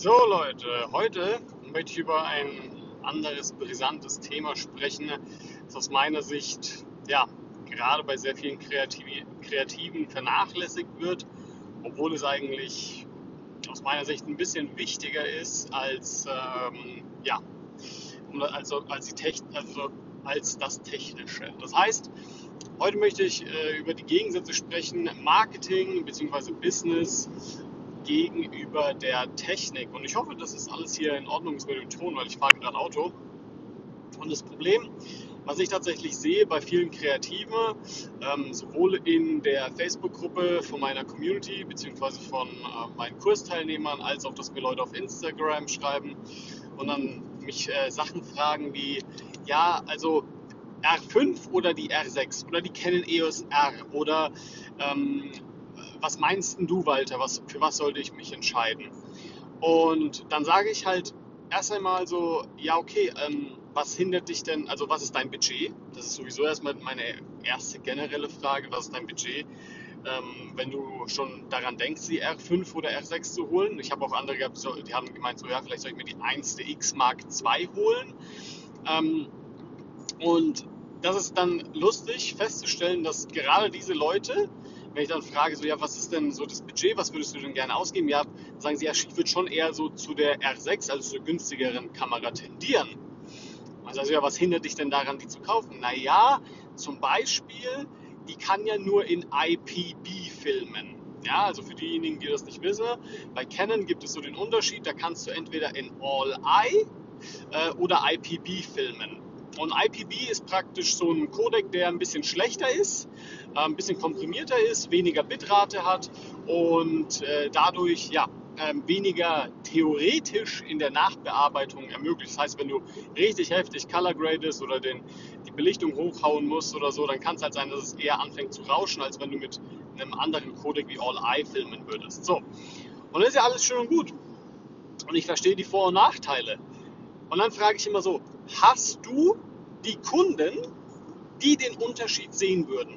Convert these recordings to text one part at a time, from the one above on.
So Leute, heute möchte ich über ein anderes brisantes Thema sprechen, das aus meiner Sicht gerade bei sehr vielen Kreativen vernachlässigt wird, obwohl es eigentlich aus meiner Sicht ein bisschen wichtiger ist als das Technische. Das heißt, heute möchte ich über die Gegensätze sprechen, Marketing bzw. Business gegenüber der Technik. Und ich hoffe, dass es alles hier in Ordnung ist mit dem Ton, weil ich fahre gerade Auto. Und das Problem, was ich tatsächlich sehe bei vielen Kreativen, sowohl in der Facebook-Gruppe von meiner Community bzw. von meinen Kursteilnehmern, als auch, dass mir Leute auf Instagram schreiben und dann mich Sachen fragen wie, ja, also R5 oder die R6 oder die Canon EOS R oder was meinst denn du, Walter, für was sollte ich mich entscheiden? Und dann sage ich halt erst einmal so, ja okay, was hindert dich denn, also was ist dein Budget? Das ist sowieso erstmal meine erste generelle Frage, was ist dein Budget? Wenn du schon daran denkst, die R5 oder R6 zu holen. Ich habe auch andere gehabt, die haben gemeint, so ja, vielleicht soll ich mir die 1DX Mark II holen. Und das ist dann lustig festzustellen, dass gerade diese Leute, wenn ich dann frage, so ja, was ist denn so das Budget, was würdest du denn gerne ausgeben? Ja, sagen sie, ja, ich würde schon eher so zu der R6, also zur günstigeren Kamera tendieren. Also ja, was hindert dich denn daran, die zu kaufen? Naja, zum Beispiel, die kann ja nur in IPB filmen. Ja, also für diejenigen, die das nicht wissen, bei Canon gibt es so den Unterschied, da kannst du entweder in All-Eye oder IPB filmen. Und IPB ist praktisch so ein Codec, der ein bisschen schlechter ist, ein bisschen komprimierter ist, weniger Bitrate hat und dadurch weniger theoretisch in der Nachbearbeitung ermöglicht. Das heißt, wenn du richtig heftig Color gradest oder die Belichtung hochhauen musst oder so, dann kann es halt sein, dass es eher anfängt zu rauschen, als wenn du mit einem anderen Codec wie All-Eye filmen würdest. So. Und das ist ja alles schön und gut. Und ich verstehe die Vor- und Nachteile. Und dann frage ich immer so, hast du die Kunden, die den Unterschied sehen würden?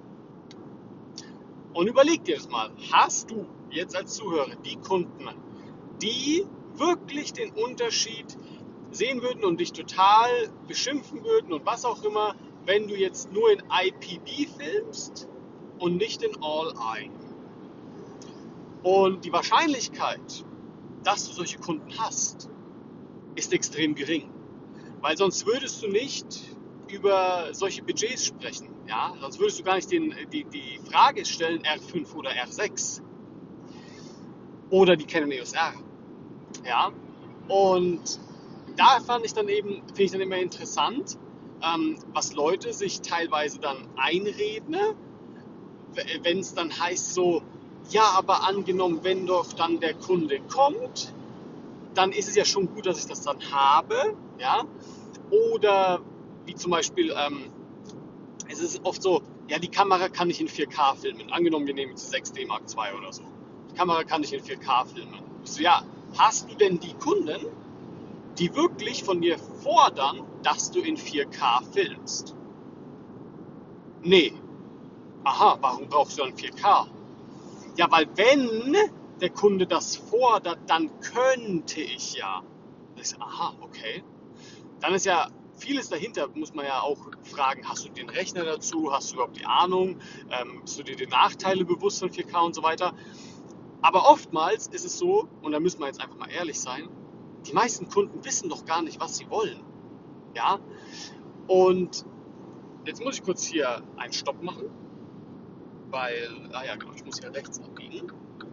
Und überleg dir das mal, hast du jetzt als Zuhörer die Kunden, die wirklich den Unterschied sehen würden und dich total beschimpfen würden und was auch immer, wenn du jetzt nur in IPB filmst und nicht in All-Eye? Und die Wahrscheinlichkeit, dass du solche Kunden hast, ist extrem gering. Weil sonst würdest du nicht über solche Budgets sprechen. Ja? Sonst würdest du gar nicht die Frage stellen, R5 oder R6 oder die Canon EOS R. Ja? Und da finde ich dann immer interessant, was Leute sich teilweise dann einreden, wenn es dann heißt so, ja, aber angenommen, wenn doch dann der Kunde kommt, dann ist es ja schon gut, dass ich das dann habe, ja. Oder wie zum Beispiel, es ist oft so, ja, die Kamera kann nicht in 4K filmen. Angenommen, wir nehmen jetzt 6D Mark II oder so. Die Kamera kann nicht in 4K filmen. Ich so, ja, hast du denn die Kunden, die wirklich von dir fordern, dass du in 4K filmst? Nee. Aha, warum brauchst du dann 4K? Ja, weil wenn der Kunde das fordert, dann könnte ich ja. Ich so, aha, okay. Dann ist ja vieles dahinter, muss man ja auch fragen, hast du den Rechner dazu, hast du überhaupt die Ahnung, bist du dir die Nachteile bewusst von 4K und so weiter. Aber oftmals ist es so, und da müssen wir jetzt einfach mal ehrlich sein, die meisten Kunden wissen doch gar nicht, was sie wollen. Ja? Und jetzt muss ich kurz hier einen Stopp machen, weil, ich muss hier rechts abbiegen.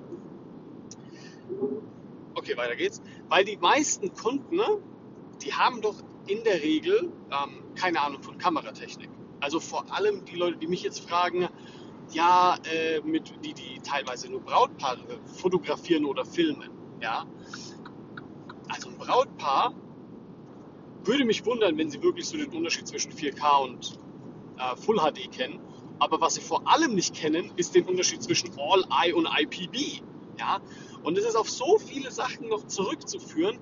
Okay, weiter geht's. Weil die meisten Kunden, ne, die haben doch in der Regel keine Ahnung von Kameratechnik. Also vor allem die Leute, die mich jetzt fragen, ja, die teilweise nur Brautpaare fotografieren oder filmen. Ja? Also ein Brautpaar würde mich wundern, wenn sie wirklich so den Unterschied zwischen 4K und Full HD kennen. Aber was sie vor allem nicht kennen, ist den Unterschied zwischen All-Eye und IPB. Ja? Und es ist auf so viele Sachen noch zurückzuführen,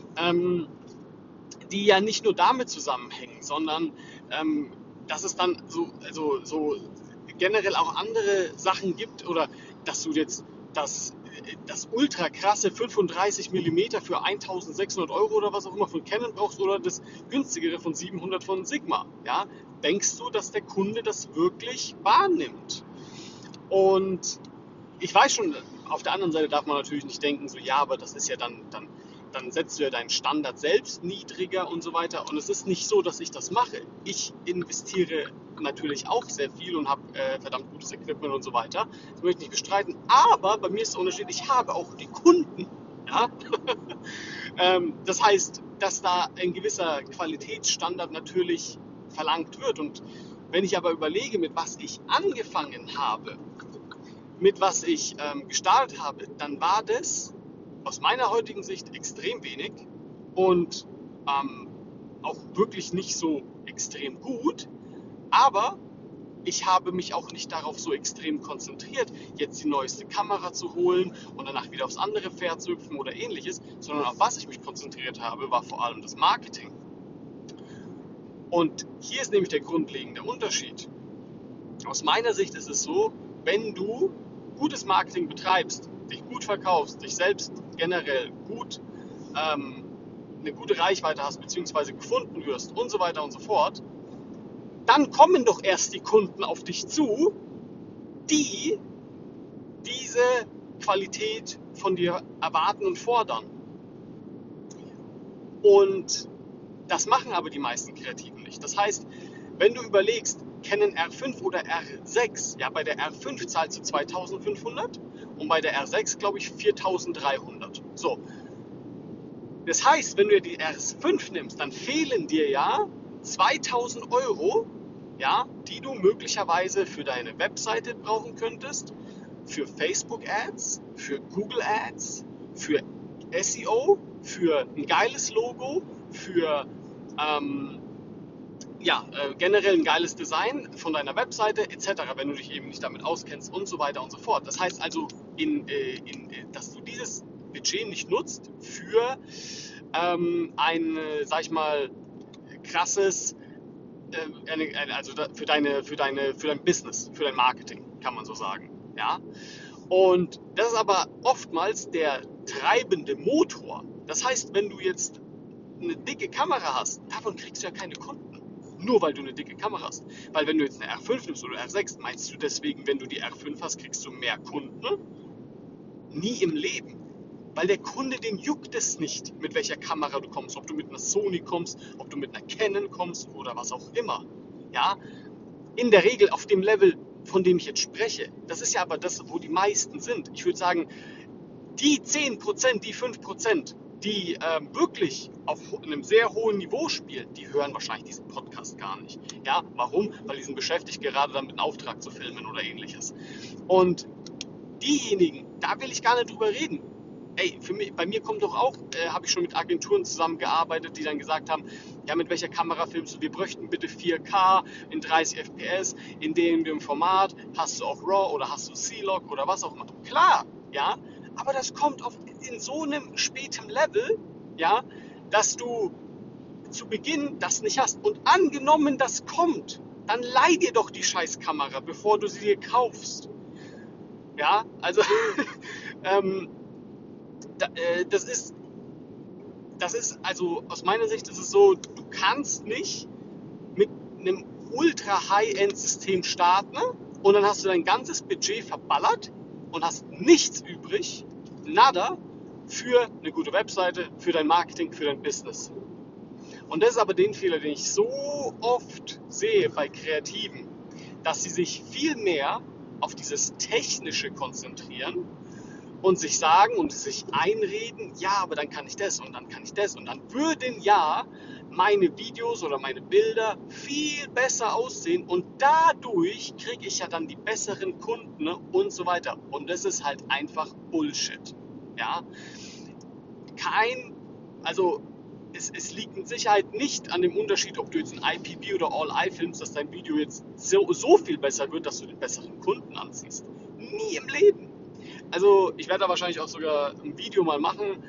die ja nicht nur damit zusammenhängen, sondern dass es dann so generell auch andere Sachen gibt oder dass du jetzt das das ultra krasse 35 mm für 1600 Euro oder was auch immer von Canon brauchst oder das günstigere von 700 von Sigma. Ja? Denkst du, dass der Kunde das wirklich wahrnimmt? Und ich weiß schon, auf der anderen Seite darf man natürlich nicht denken, so ja, aber das ist ja dann setzt du ja deinen Standard selbst niedriger und so weiter. Und es ist nicht so, dass ich das mache. Ich investiere natürlich auch sehr viel und habe verdammt gutes Equipment und so weiter. Das möchte ich nicht bestreiten. Aber bei mir ist der Unterschied, ich habe auch die Kunden. Ja? Das heißt, dass da ein gewisser Qualitätsstandard natürlich verlangt wird. Und wenn ich aber überlege, mit was ich angefangen habe, mit was ich gestartet habe, dann war das aus meiner heutigen Sicht extrem wenig und auch wirklich nicht so extrem gut. Aber ich habe mich auch nicht darauf so extrem konzentriert, jetzt die neueste Kamera zu holen und danach wieder aufs andere Pferd zu hüpfen oder ähnliches, sondern auf was ich mich konzentriert habe, war vor allem das Marketing. Und hier ist nämlich der grundlegende Unterschied. Aus meiner Sicht ist es so, wenn du gutes Marketing betreibst, dich gut verkaufst, dich selbst generell gut eine gute Reichweite hast, beziehungsweise gefunden wirst und so weiter und so fort, dann kommen doch erst die Kunden auf dich zu, die diese Qualität von dir erwarten und fordern. Und das machen aber die meisten Kreativen nicht. Das heißt, wenn du überlegst, Canon R5 oder R6, ja, bei der R5 zahlst du 2500 und bei der R6, glaube ich, 4300. So. Das heißt, wenn du die R5 nimmst, dann fehlen dir ja 2000 Euro, ja, die du möglicherweise für deine Webseite brauchen könntest, für Facebook Ads, für Google Ads, für SEO, für ein geiles Logo, für generell ein geiles Design von deiner Webseite etc., wenn du dich eben nicht damit auskennst und so weiter und so fort. Das heißt also, dass du dieses Budget nicht nutzt für ein, sag ich mal, krasses, für dein Business, für dein Marketing, kann man so sagen. Ja? Und das ist aber oftmals der treibende Motor. Das heißt, wenn du jetzt eine dicke Kamera hast, davon kriegst du ja keine Kunden. Nur weil du eine dicke Kamera hast. Weil wenn du jetzt eine R5 nimmst oder R6, meinst du deswegen, wenn du die R5 hast, kriegst du mehr Kunden? Nie im Leben. Weil der Kunde, den juckt es nicht, mit welcher Kamera du kommst. Ob du mit einer Sony kommst, ob du mit einer Canon kommst oder was auch immer. Ja? In der Regel auf dem Level, von dem ich jetzt spreche. Das ist ja aber das, wo die meisten sind. Ich würde sagen, die 10%, die 5%, die wirklich auf einem sehr hohen Niveau spielen, die hören wahrscheinlich diesen Podcast gar nicht. Ja, warum? Weil die sind beschäftigt, gerade damit einen Auftrag zu filmen oder ähnliches. Und diejenigen, da will ich gar nicht drüber reden. Ey, bei mir kommt doch auch, habe ich schon mit Agenturen zusammengearbeitet, die dann gesagt haben, ja, mit welcher Kamera filmst du? Wir bräuchten bitte 4K in 30 FPS, in dem Format, hast du auch RAW oder hast du C-Log oder was auch immer. Klar, ja, aber das kommt in so einem späten Level, ja, dass du zu Beginn das nicht hast. Und angenommen, das kommt, dann leih dir doch die Scheißkamera, bevor du sie dir kaufst. Ja, also das ist also aus meiner Sicht ist es so, du kannst nicht mit einem ultra High-End-System starten und dann hast du dein ganzes Budget verballert und hast nichts übrig, nada, für eine gute Webseite, für dein Marketing, für dein Business. Und das ist aber den Fehler, den ich so oft sehe bei Kreativen, dass sie sich viel mehr auf dieses Technische konzentrieren und sich sagen und sich einreden, ja, aber dann kann ich das und dann kann ich das und dann würden ja meine Videos oder meine Bilder viel besser aussehen und dadurch kriege ich ja dann die besseren Kunden und so weiter. Und das ist halt einfach Bullshit. Ja? Es liegt mit Sicherheit nicht an dem Unterschied, ob du jetzt ein IPB oder All-Eye filmst, dass dein Video jetzt so viel besser wird, dass du den besseren Kunden anziehst. Nie im Leben. Also ich werde da wahrscheinlich auch sogar ein Video mal machen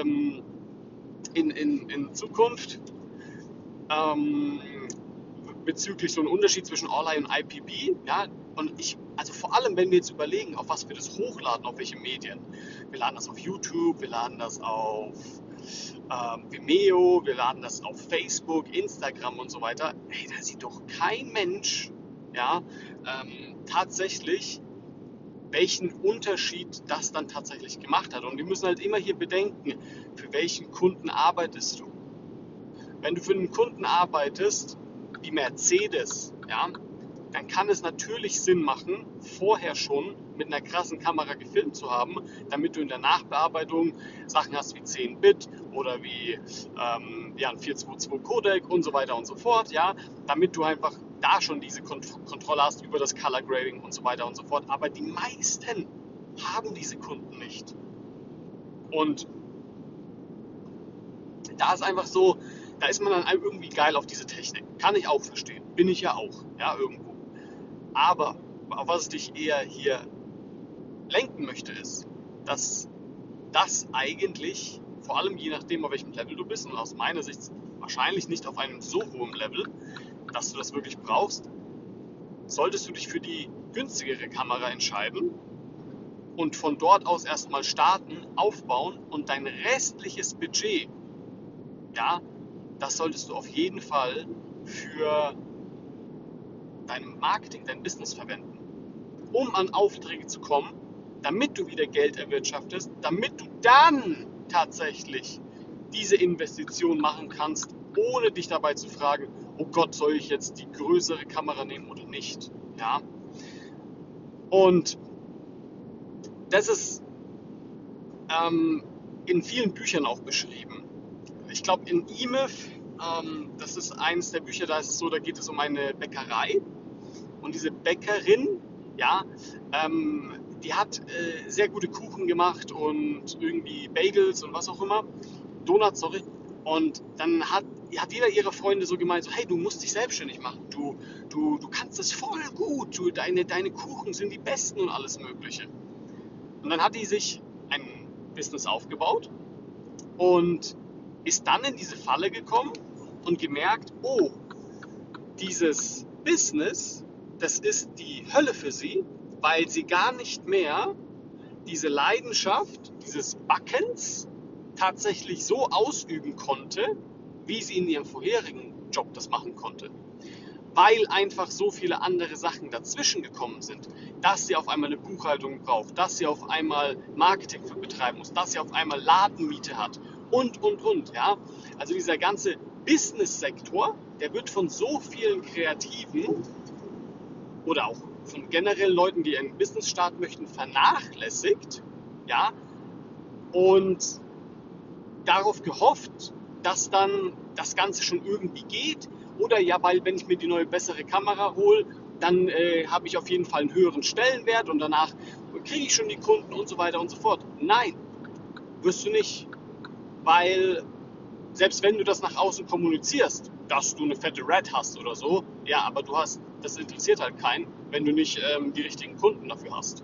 in Zukunft bezüglich so einem Unterschied zwischen All-Eye und IPB. Ja, also vor allem, wenn wir jetzt überlegen, auf was wir das hochladen, auf welche Medien. Wir laden das auf YouTube, wir laden das auf Vimeo, wir laden das auf Facebook, Instagram und so weiter. Hey, da sieht doch kein Mensch, ja, tatsächlich, welchen Unterschied das dann tatsächlich gemacht hat. Und wir müssen halt immer hier bedenken, für welchen Kunden arbeitest du. Wenn du für einen Kunden arbeitest, wie Mercedes, ja, dann kann es natürlich Sinn machen, vorher schon mit einer krassen Kamera gefilmt zu haben, damit du in der Nachbearbeitung Sachen hast wie 10-Bit oder wie ein 422 Codec und so weiter und so fort, ja, damit du einfach da schon diese Kontrolle hast über das Color Grading und so weiter und so fort. Aber die meisten haben diese Kunden nicht. Und da ist einfach so, da ist man dann irgendwie geil auf diese Technik. Kann ich auch verstehen. Bin ich ja auch, ja, irgendwo. Aber auf was ich dich eher hier lenken möchte, ist, dass das eigentlich, vor allem je nachdem, auf welchem Level du bist, und aus meiner Sicht wahrscheinlich nicht auf einem so hohen Level, dass du das wirklich brauchst, solltest du dich für die günstigere Kamera entscheiden und von dort aus erstmal starten, aufbauen und dein restliches Budget, ja, das solltest du auf jeden Fall für dein Marketing, dein Business verwenden, um an Aufträge zu kommen, damit du wieder Geld erwirtschaftest, damit du dann tatsächlich diese Investition machen kannst, ohne dich dabei zu fragen, oh Gott, soll ich jetzt die größere Kamera nehmen oder nicht? Ja? Und das ist in vielen Büchern auch beschrieben. Ich glaube, in E-Myth, das ist eines der Bücher, da ist es so, da geht es um eine Bäckerei. Und diese Bäckerin, ja, die hat sehr gute Kuchen gemacht und irgendwie Bagels und was auch immer. Donuts, sorry. Und dann hat jeder ihrer Freunde so gemeint, so, hey, du musst dich selbstständig machen. Du kannst das voll gut. Deine Kuchen sind die besten und alles Mögliche. Und dann hat die sich ein Business aufgebaut und ist dann in diese Falle gekommen und gemerkt, oh, dieses Business, das ist die Hölle für sie, weil sie gar nicht mehr diese Leidenschaft dieses Backens tatsächlich so ausüben konnte, wie sie in ihrem vorherigen Job das machen konnte. Weil einfach so viele andere Sachen dazwischen gekommen sind, dass sie auf einmal eine Buchhaltung braucht, dass sie auf einmal Marketing betreiben muss, dass sie auf einmal Ladenmiete hat und, ja. Also dieser ganze Business-Sektor, der wird von so vielen Kreativen oder auch von generell Leuten, die ein Business starten möchten, vernachlässigt, ja, und darauf gehofft, dass dann das Ganze schon irgendwie geht, oder ja, weil wenn ich mir die neue bessere Kamera hole, dann habe ich auf jeden Fall einen höheren Stellenwert und danach kriege ich schon die Kunden und so weiter und so fort. Nein, wirst du nicht, weil selbst wenn du das nach außen kommunizierst, dass du eine fette Red hast oder so, ja, aber das interessiert halt keinen, wenn du nicht die richtigen Kunden dafür hast.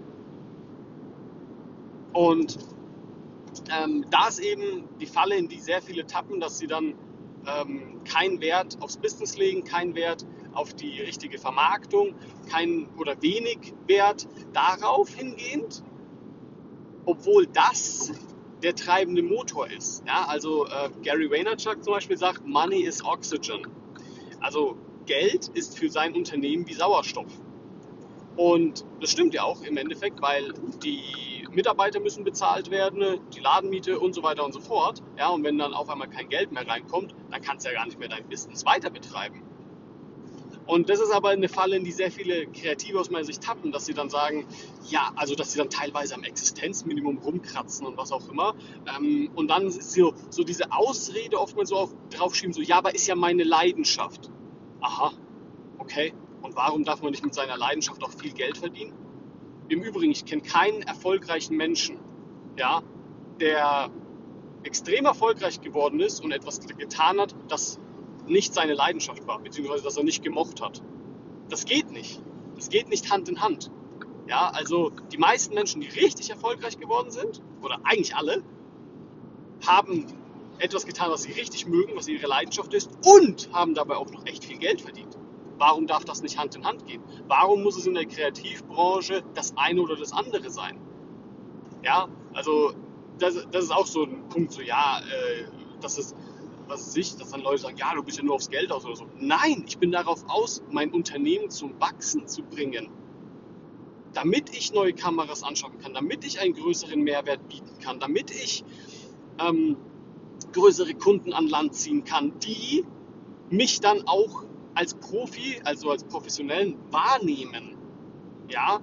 Und da ist eben die Falle, in die sehr viele tappen, dass sie dann keinen Wert aufs Business legen, keinen Wert auf die richtige Vermarktung, keinen oder wenig Wert darauf hingehend, obwohl das der treibende Motor ist. Ja, also Gary Vaynerchuk zum Beispiel sagt, Money is Oxygen. Also Geld ist für sein Unternehmen wie Sauerstoff. Und das stimmt ja auch im Endeffekt, weil die Mitarbeiter müssen bezahlt werden, die Ladenmiete und so weiter und so fort. Ja, und wenn dann auf einmal kein Geld mehr reinkommt, dann kannst du ja gar nicht mehr dein Business weiter betreiben. Und das ist aber eine Falle, in die sehr viele Kreative aus meiner Sicht tappen, dass sie dann sagen, ja, also dass sie dann teilweise am Existenzminimum rumkratzen und was auch immer. Und dann ist so diese Ausrede oftmals so draufschieben, so, ja, aber ist ja meine Leidenschaft. Aha, okay. Und warum darf man nicht mit seiner Leidenschaft auch viel Geld verdienen? Im Übrigen, ich kenne keinen erfolgreichen Menschen, ja, der extrem erfolgreich geworden ist und etwas getan hat, das nicht seine Leidenschaft war, beziehungsweise das er nicht gemocht hat. Das geht nicht. Das geht nicht Hand in Hand. Ja, also die meisten Menschen, die richtig erfolgreich geworden sind, oder eigentlich alle, haben etwas getan, was sie richtig mögen, was ihre Leidenschaft ist, und haben dabei auch noch echt viel Geld verdient. Warum darf das nicht Hand in Hand gehen? Warum muss es in der Kreativbranche das eine oder das andere sein? Ja, also das ist auch so ein Punkt, so ja, das ist, was weiß ich, dass dann Leute sagen, ja, du bist ja nur aufs Geld aus oder so. Nein, ich bin darauf aus, mein Unternehmen zum Wachsen zu bringen, damit ich neue Kameras anschaffen kann, damit ich einen größeren Mehrwert bieten kann, damit ich ähm, größere Kunden an Land ziehen kann, die mich dann auch als Profi, also als Professionellen wahrnehmen. Ja,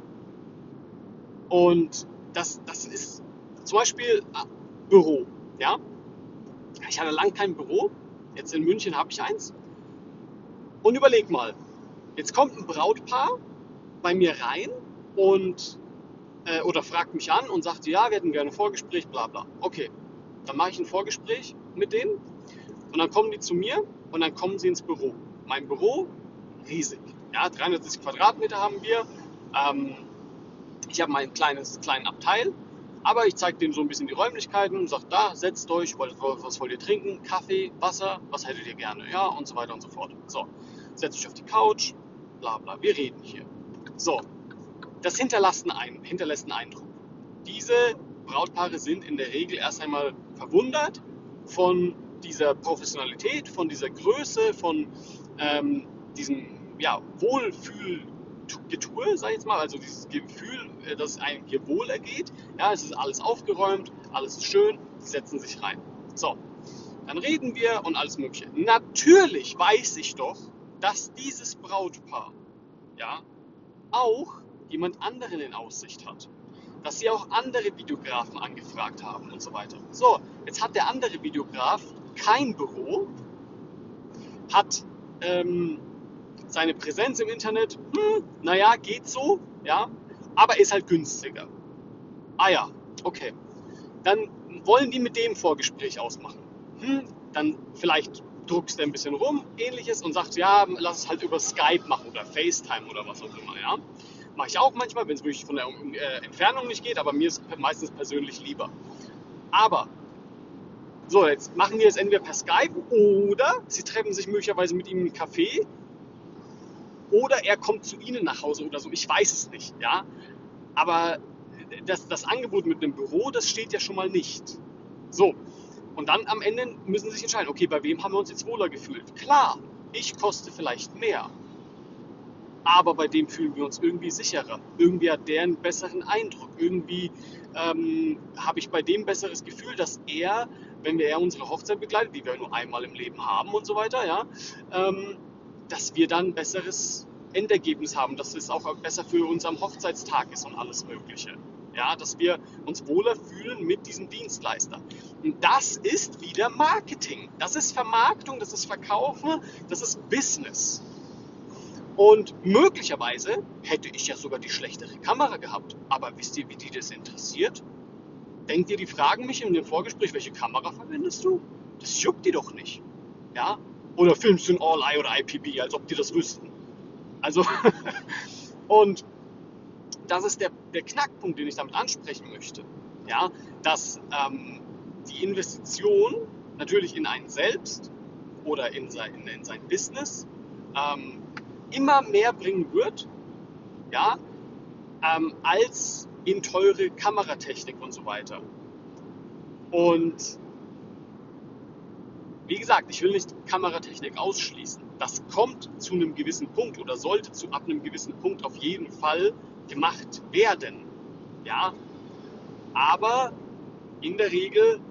und das ist zum Beispiel Büro. Ja, ich hatte lange kein Büro. Jetzt in München habe ich eins. Und überleg mal, jetzt kommt ein Brautpaar bei mir rein und oder fragt mich an und sagt, ja, wir hätten gerne ein Vorgespräch, bla bla. Okay, dann mache ich ein Vorgespräch mit denen und dann kommen die zu mir und dann kommen sie ins Büro. Mein Büro, riesig. Ja, 360 Quadratmeter haben wir. Ich habe meinen kleinen Abteil, aber ich zeige denen so ein bisschen die Räumlichkeiten und sage, da, setzt euch, was wollt ihr trinken? Kaffee, Wasser, was hättet ihr gerne? Ja, und so weiter und so fort. So, setzt euch auf die Couch, bla bla, wir reden hier. So, das hinterlässt einen Eindruck. Diese Brautpaare sind in der Regel erst einmal verwundert von dieser Professionalität, von dieser Größe, von diesem Wohlfühlgetue, sag ich jetzt mal, also dieses Gefühl, dass es einem hier wohl ergeht. Ja, es ist alles aufgeräumt, alles ist schön, sie setzen sich rein. So, dann reden wir und alles Mögliche. Natürlich weiß ich doch, dass dieses Brautpaar, ja, auch jemand anderen in Aussicht hat. Dass sie auch andere Videografen angefragt haben und so weiter. So, jetzt hat der andere Videograf kein Büro, hat seine Präsenz im Internet, naja, geht so, ja, aber ist halt günstiger. Ah ja, okay. Dann wollen die mit dem Vorgespräch ausmachen. Dann vielleicht druckst du ein bisschen rum, ähnliches, und sagst, ja, lass es halt über Skype machen oder FaceTime oder was auch immer, ja. Mache ich auch manchmal, wenn es wirklich von der Entfernung nicht geht, aber mir ist meistens persönlich lieber. Aber, so, jetzt machen wir es entweder per Skype oder sie treffen sich möglicherweise mit ihm im Café oder er kommt zu ihnen nach Hause oder so, ich weiß es nicht, ja. Aber das Angebot mit einem Büro, das steht ja schon mal nicht. So, und dann am Ende müssen sie sich entscheiden, okay, bei wem haben wir uns jetzt wohler gefühlt? Klar, ich koste vielleicht mehr, aber bei dem fühlen wir uns irgendwie sicherer. Irgendwie hat der einen besseren Eindruck. Irgendwie habe ich bei dem ein besseres Gefühl, dass er, wenn er unsere Hochzeit begleitet, die wir nur einmal im Leben haben und so weiter, ja, dass wir dann ein besseres Endergebnis haben, dass es auch besser für uns am Hochzeitstag ist und alles Mögliche. Ja, dass wir uns wohler fühlen mit diesem Dienstleister. Und das ist wieder Marketing. Das ist Vermarktung, das ist Verkaufen, das ist Business. Und möglicherweise hätte ich ja sogar die schlechtere Kamera gehabt. Aber wisst ihr, wie die das interessiert? Denkt ihr, die fragen mich in dem Vorgespräch, welche Kamera verwendest du? Das juckt die doch nicht. Ja? Oder filmst du in All-Eye oder IPB, als ob die das wüssten. Also, und das ist der Knackpunkt, den ich damit ansprechen möchte. Ja? Dass die Investition natürlich in einen selbst oder in sein Business immer mehr bringen wird, ja, als in teure Kameratechnik und so weiter. Und wie gesagt, ich will nicht Kameratechnik ausschließen. Das kommt zu einem gewissen Punkt oder sollte ab einem gewissen Punkt auf jeden Fall gemacht werden. Ja, aber in der Regel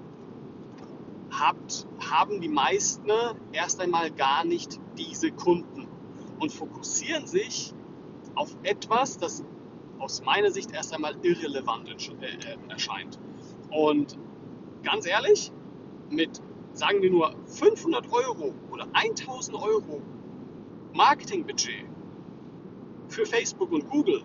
haben die meisten erst einmal gar nicht diese Kunden und fokussieren sich auf etwas, das aus meiner Sicht erst einmal irrelevant erscheint. Und ganz ehrlich, mit, sagen wir nur, 500 € oder 1000 € Marketingbudget für Facebook und Google,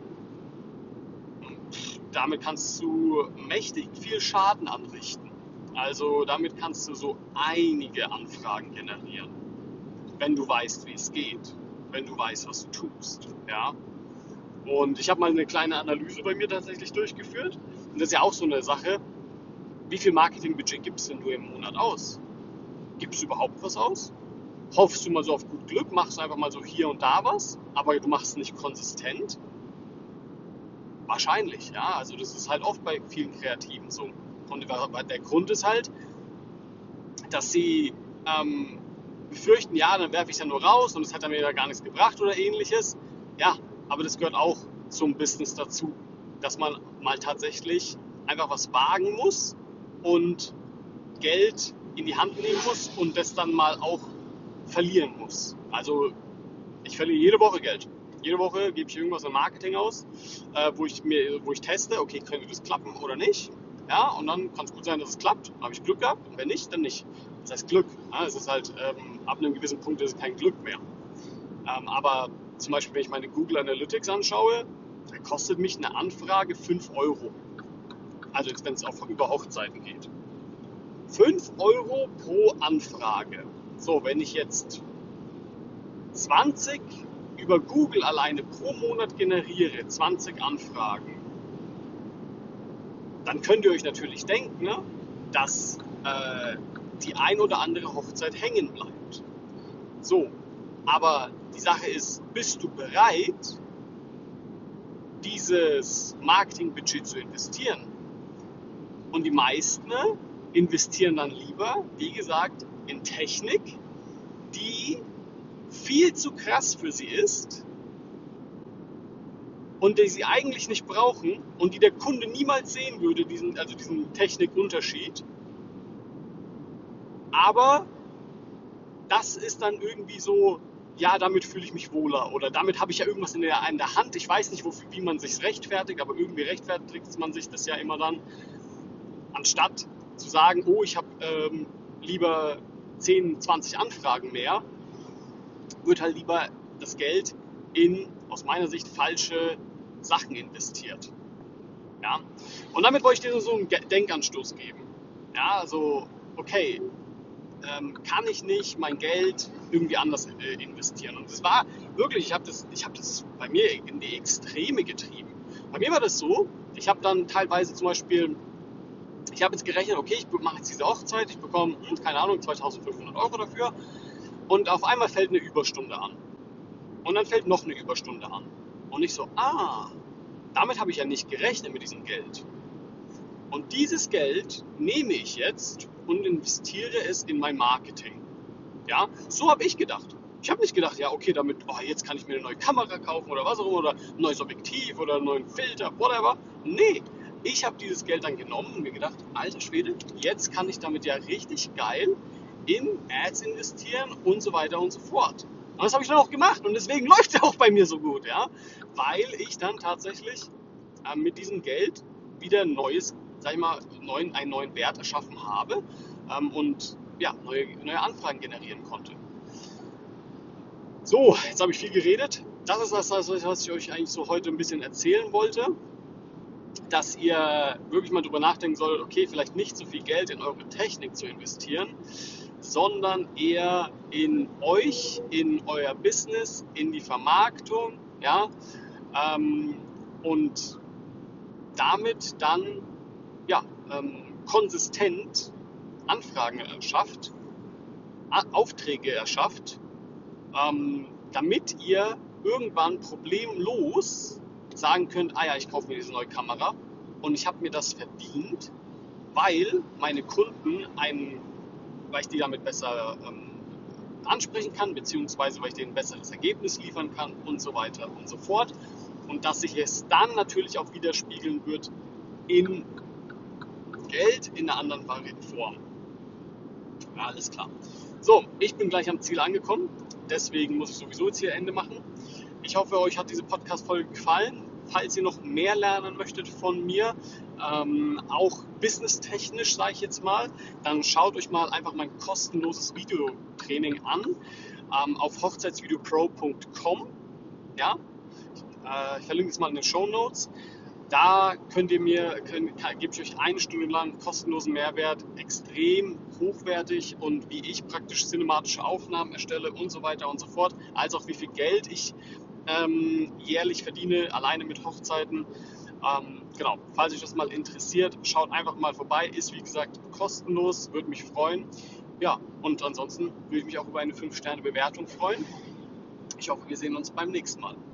damit kannst du mächtig viel Schaden anrichten. Also damit kannst du so einige Anfragen generieren, wenn du weißt, wie es geht, wenn du weißt, was du tust. Ja? Und ich habe mal eine kleine Analyse bei mir tatsächlich durchgeführt. Und das ist ja auch so eine Sache, wie viel Marketingbudget gibst denn du im Monat aus? Gibst du überhaupt was aus? hoffst du mal so auf gut Glück, machst einfach mal so hier und da was, aber du machst es nicht konsistent? Wahrscheinlich, ja. Also das ist halt oft bei vielen Kreativen so. Und der Grund ist halt, dass sie befürchten, ja, dann werfe ich es ja nur raus und es hat dann mir ja gar nichts gebracht oder ähnliches. Ja, aber das gehört auch zum Business dazu, dass man mal tatsächlich einfach was wagen muss und Geld in die Hand nehmen muss und das dann mal auch verlieren muss. Also ich verliere jede Woche Geld. Jede Woche gebe ich irgendwas im Marketing aus, wo ich teste, okay, könnte das klappen oder nicht. Ja, und dann kann es gut sein, dass es klappt. Dann habe ich Glück gehabt. Und wenn nicht, dann nicht. Das heißt Glück. Ja, es ist halt, ab einem gewissen Punkt ist es kein Glück mehr. Aber zum Beispiel, wenn ich meine Google Analytics anschaue, da kostet mich eine Anfrage 5 Euro. Also jetzt, wenn es auch über Hochzeiten geht. 5 Euro pro Anfrage. So, wenn ich jetzt 20 über Google alleine pro Monat generiere, 20 Anfragen, dann könnt ihr euch natürlich denken, ne, dass die ein oder andere Hochzeit hängen bleibt. So, aber die Sache ist, bist du bereit, dieses Marketingbudget zu investieren? Und die meisten investieren dann lieber, wie gesagt, in Technik, die viel zu krass für sie ist und die sie eigentlich nicht brauchen und die der Kunde niemals sehen würde, diesen Technikunterschied. Aber das ist dann irgendwie so, ja, damit fühle ich mich wohler oder damit habe ich ja irgendwas in der Hand. Ich weiß nicht, wie man sich rechtfertigt, aber irgendwie rechtfertigt man sich das ja immer dann, anstatt zu sagen, oh, ich habe lieber 10, 20 Anfragen mehr, wird halt lieber das Geld in, aus meiner Sicht, falsche Sachen investiert. Ja? Und damit wollte ich dir so einen Denkanstoß geben. Ja, also, okay, kann ich nicht mein Geld irgendwie anders investieren? Und das war wirklich, ich habe das bei mir in die Extreme getrieben. Bei mir war das so, ich habe dann teilweise zum Beispiel, ich habe jetzt gerechnet, okay, ich mache jetzt diese Hochzeit, ich bekomme, keine Ahnung, 2.500 Euro dafür und auf einmal fällt eine Überstunde an. Und dann fällt noch eine Überstunde an. Und ich so, damit habe ich ja nicht gerechnet mit diesem Geld. Und dieses Geld nehme ich jetzt und investiere es in mein Marketing. Ja, so habe ich gedacht. Ich habe nicht gedacht, ja, okay, damit, jetzt kann ich mir eine neue Kamera kaufen oder was auch immer, oder ein neues Objektiv oder einen neuen Filter, whatever. Nee, ich habe dieses Geld dann genommen und mir gedacht, alter Schwede, jetzt kann ich damit ja richtig geil in Ads investieren und so weiter und so fort. Und das habe ich dann auch gemacht und deswegen läuft es auch bei mir so gut, ja, weil ich dann tatsächlich mit diesem Geld wieder ein neues, sag ich mal, einen neuen Wert erschaffen habe und ja, neue Anfragen generieren konnte. So, jetzt habe ich viel geredet. Das ist das, was ich euch eigentlich so heute ein bisschen erzählen wollte, dass ihr wirklich mal drüber nachdenken solltet, okay, vielleicht nicht so viel Geld in eure Technik zu investieren, sondern eher in euch, in euer Business, in die Vermarktung, ja, und damit dann ja, konsistent Anfragen erschafft, Aufträge erschafft, damit ihr irgendwann problemlos sagen könnt, ja, ich kaufe mir diese neue Kamera und ich habe mir das verdient, weil meine Kunden weil ich die damit besser ansprechen kann, beziehungsweise weil ich denen ein besseres Ergebnis liefern kann und so weiter und so fort. Und dass sich es dann natürlich auch widerspiegeln wird in Geld in einer anderen Form. Ja, alles klar. So, ich bin gleich am Ziel angekommen, deswegen muss ich sowieso jetzt hier Ende machen. Ich hoffe, euch hat diese Podcast-Folge gefallen. Falls ihr noch mehr lernen möchtet von mir, auch businesstechnisch, sage ich jetzt mal, dann schaut euch mal einfach mein kostenloses Videotraining an auf hochzeitsvideopro.com. Ja? Ich verlinke es mal in den Shownotes. Da gebe ich euch eine Stunde lang kostenlosen Mehrwert, extrem hochwertig und wie ich praktisch cinematische Aufnahmen erstelle und so weiter und so fort, als auch wie viel Geld ich jährlich verdiene, alleine mit Hochzeiten. Genau, falls euch das mal interessiert, schaut einfach mal vorbei. Ist wie gesagt kostenlos, würde mich freuen. Ja, und ansonsten würde ich mich auch über eine 5-Sterne-Bewertung freuen. Ich hoffe, wir sehen uns beim nächsten Mal.